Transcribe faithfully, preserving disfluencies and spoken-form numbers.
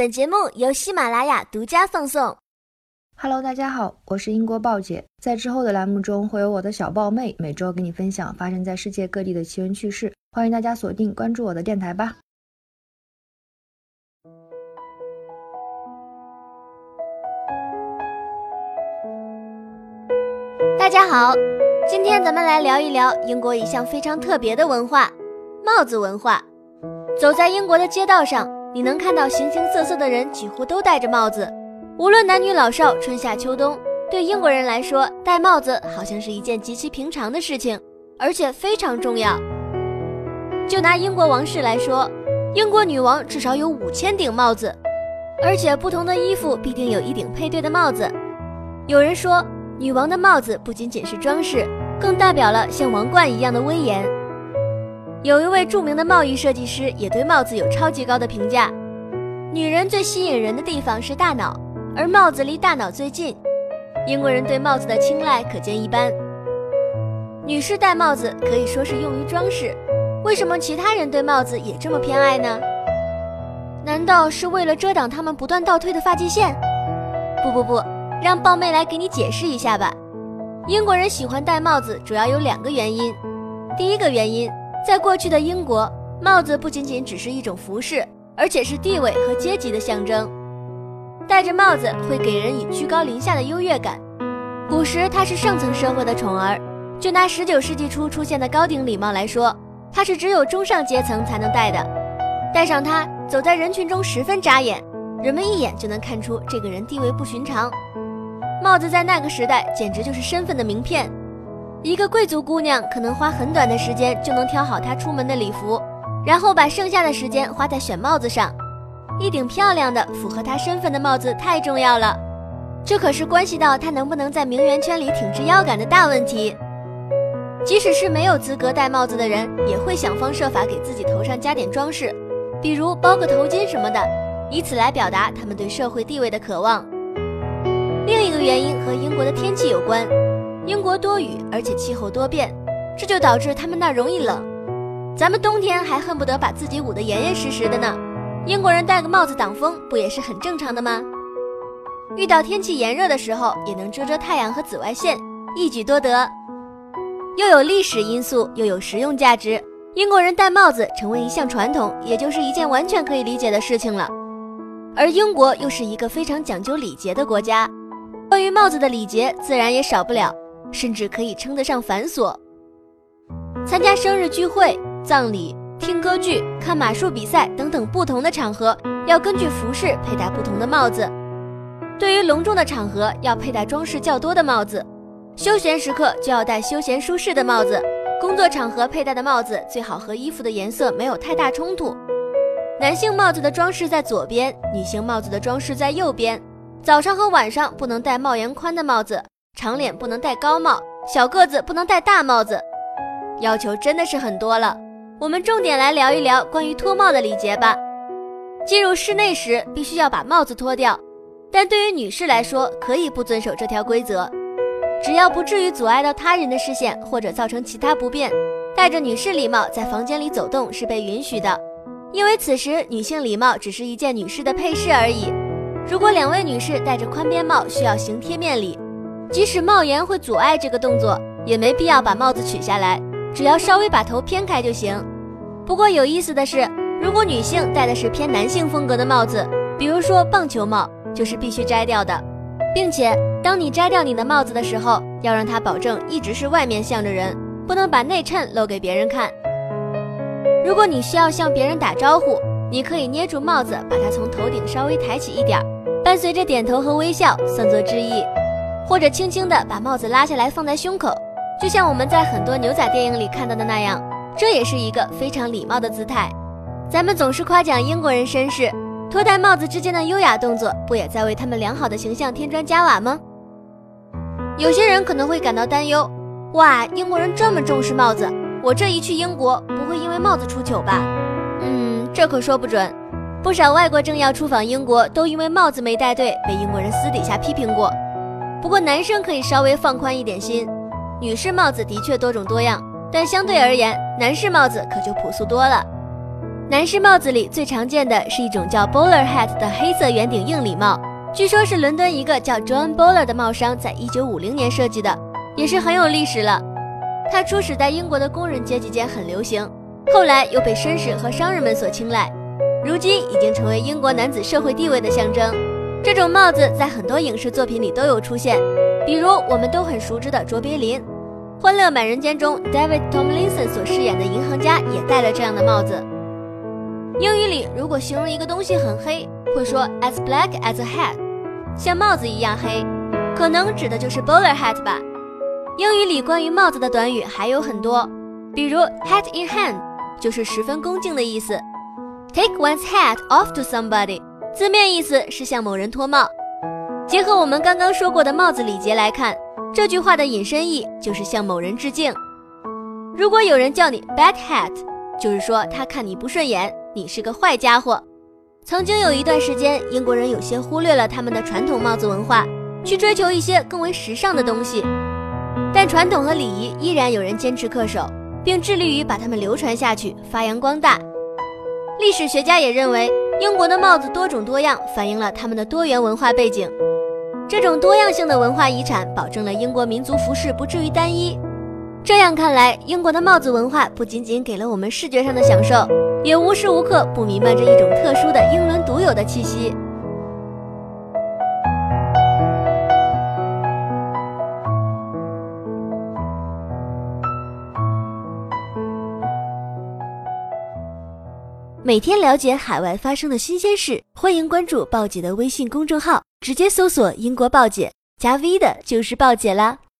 本节目由喜马拉雅独家放送。 Hello， 大家好，我是英国豹姐。在之后的栏目中，会有我的小豹妹每周给你分享发生在世界各地的奇闻趣事，欢迎大家锁定关注我的电台吧。 大家好，今天咱们来聊一聊英国一项非常特别的文化——帽子文化。走在英国的街道上，你能看到形形色色的人几乎都戴着帽子，无论男女老少，春夏秋冬，对英国人来说，戴帽子好像是一件极其平常的事情，而且非常重要。就拿英国王室来说，英国女王至少有五千顶帽子，而且不同的衣服必定有一顶配对的帽子。有人说，女王的帽子不仅仅是装饰，更代表了像王冠一样的威严。有一位著名的贸易设计师也对帽子有超级高的评价，女人最吸引人的地方是大脑，而帽子离大脑最近，英国人对帽子的青睐可见一斑。女士戴帽子可以说是用于装饰，为什么其他人对帽子也这么偏爱呢？难道是为了遮挡他们不断倒退的发际线？不不不，让豹妹来给你解释一下吧。英国人喜欢戴帽子主要有两个原因。第一个原因，在过去的英国，帽子不仅仅只是一种服饰，而且是地位和阶级的象征。戴着帽子会给人以居高临下的优越感。古时它是上层社会的宠儿，就拿十九世纪初出现的高顶礼帽来说，它是只有中上阶层才能戴的。戴上它，走在人群中十分扎眼，人们一眼就能看出这个人地位不寻常。帽子在那个时代简直就是身份的名片，一个贵族姑娘可能花很短的时间就能挑好她出门的礼服，然后把剩下的时间花在选帽子上。一顶漂亮的符合她身份的帽子太重要了，这可是关系到她能不能在名媛圈里挺直腰杆的大问题。即使是没有资格戴帽子的人，也会想方设法给自己头上加点装饰，比如包个头巾什么的，以此来表达他们对社会地位的渴望。另一个原因和英国的天气有关，英国多雨，而且气候多变，这就导致他们那儿容易冷。咱们冬天还恨不得把自己捂得严严实实的呢，英国人戴个帽子挡风，不也是很正常的吗？遇到天气炎热的时候，也能遮遮太阳和紫外线，一举多得。又有历史因素，又有实用价值，英国人戴帽子成为一项传统，也就是一件完全可以理解的事情了。而英国又是一个非常讲究礼节的国家，关于帽子的礼节自然也少不了，甚至可以称得上繁琐。参加生日聚会、葬礼、听歌剧、看马术比赛等等不同的场合，要根据服饰佩戴不同的帽子。对于隆重的场合，要佩戴装饰较多的帽子；休闲时刻就要戴休闲舒适的帽子。工作场合佩戴的帽子最好和衣服的颜色没有太大冲突。男性帽子的装饰在左边，女性帽子的装饰在右边。早上和晚上不能戴帽檐宽的帽子，长脸不能戴高帽，小个子不能戴大帽子。要求真的是很多了，我们重点来聊一聊关于脱帽的礼节吧。进入室内时必须要把帽子脱掉，但对于女士来说可以不遵守这条规则，只要不至于阻碍到他人的视线或者造成其他不便，戴着女士礼帽在房间里走动是被允许的，因为此时女性礼帽只是一件女士的配饰而已。如果两位女士戴着宽边帽需要行贴面礼，即使帽檐会阻碍这个动作，也没必要把帽子取下来，只要稍微把头偏开就行。不过有意思的是，如果女性戴的是偏男性风格的帽子，比如说棒球帽，就是必须摘掉的，并且当你摘掉你的帽子的时候，要让它保证一直是外面向着人，不能把内衬露给别人看。如果你需要向别人打招呼，你可以捏住帽子，把它从头顶稍微抬起一点，伴随着点头和微笑，算作致意，或者轻轻地把帽子拉下来放在胸口，就像我们在很多牛仔电影里看到的那样，这也是一个非常礼貌的姿态。咱们总是夸奖英国人绅士，脱戴帽子之间的优雅动作，不也在为他们良好的形象添砖加瓦吗？有些人可能会感到担忧，哇，英国人这么重视帽子，我这一去英国不会因为帽子出糗吧？嗯，这可说不准。不少外国政要出访英国都因为帽子没戴对被英国人私底下批评过。不过男生可以稍微放宽一点心，女士帽子的确多种多样，但相对而言，男士帽子可就朴素多了。 男士帽子里最常见的是一种叫 bowler hat 的黑色圆顶硬礼帽，据说是伦敦一个叫 John Bowler 的帽商在一九五零年设计的，也是很有历史了。它初始在英国的工人阶级间很流行，后来又被绅士和商人们所青睐，如今已经成为英国男子社会地位的象征。这种帽子在很多影视作品里都有出现，比如我们都很熟知的卓别林，《欢乐满人间》中 David Tomlinson 所饰演的银行家也戴了这样的帽子。英语里如果形容一个东西很黑，会说 as black as a hat， 像帽子一样黑，可能指的就是 bowler hat 吧。英语里关于帽子的短语还有很多，比如 hat in hand 就是十分恭敬的意思， take one's hat off to somebody 字面意思是向某人脱帽。结合我们刚刚说过的帽子礼节来看，这句话的引申义就是向某人致敬。如果有人叫你 bad hat， 就是说他看你不顺眼，你是个坏家伙。曾经有一段时间，英国人有些忽略了他们的传统帽子文化，去追求一些更为时尚的东西，但传统和礼仪依然有人坚持恪守，并致力于把它们流传下去，发扬光大。历史学家也认为，英国的帽子多种多样，反映了他们的多元文化背景。这种多样性的文化遗产保证了英国民族服饰不至于单一。这样看来，英国的帽子文化不仅仅给了我们视觉上的享受，也无时无刻不弥漫着一种特殊的英伦独有的气息。每天了解海外发生的新鲜事，欢迎关注报姐的微信公众号，直接搜索英国报姐，加 V 的就是报姐啦。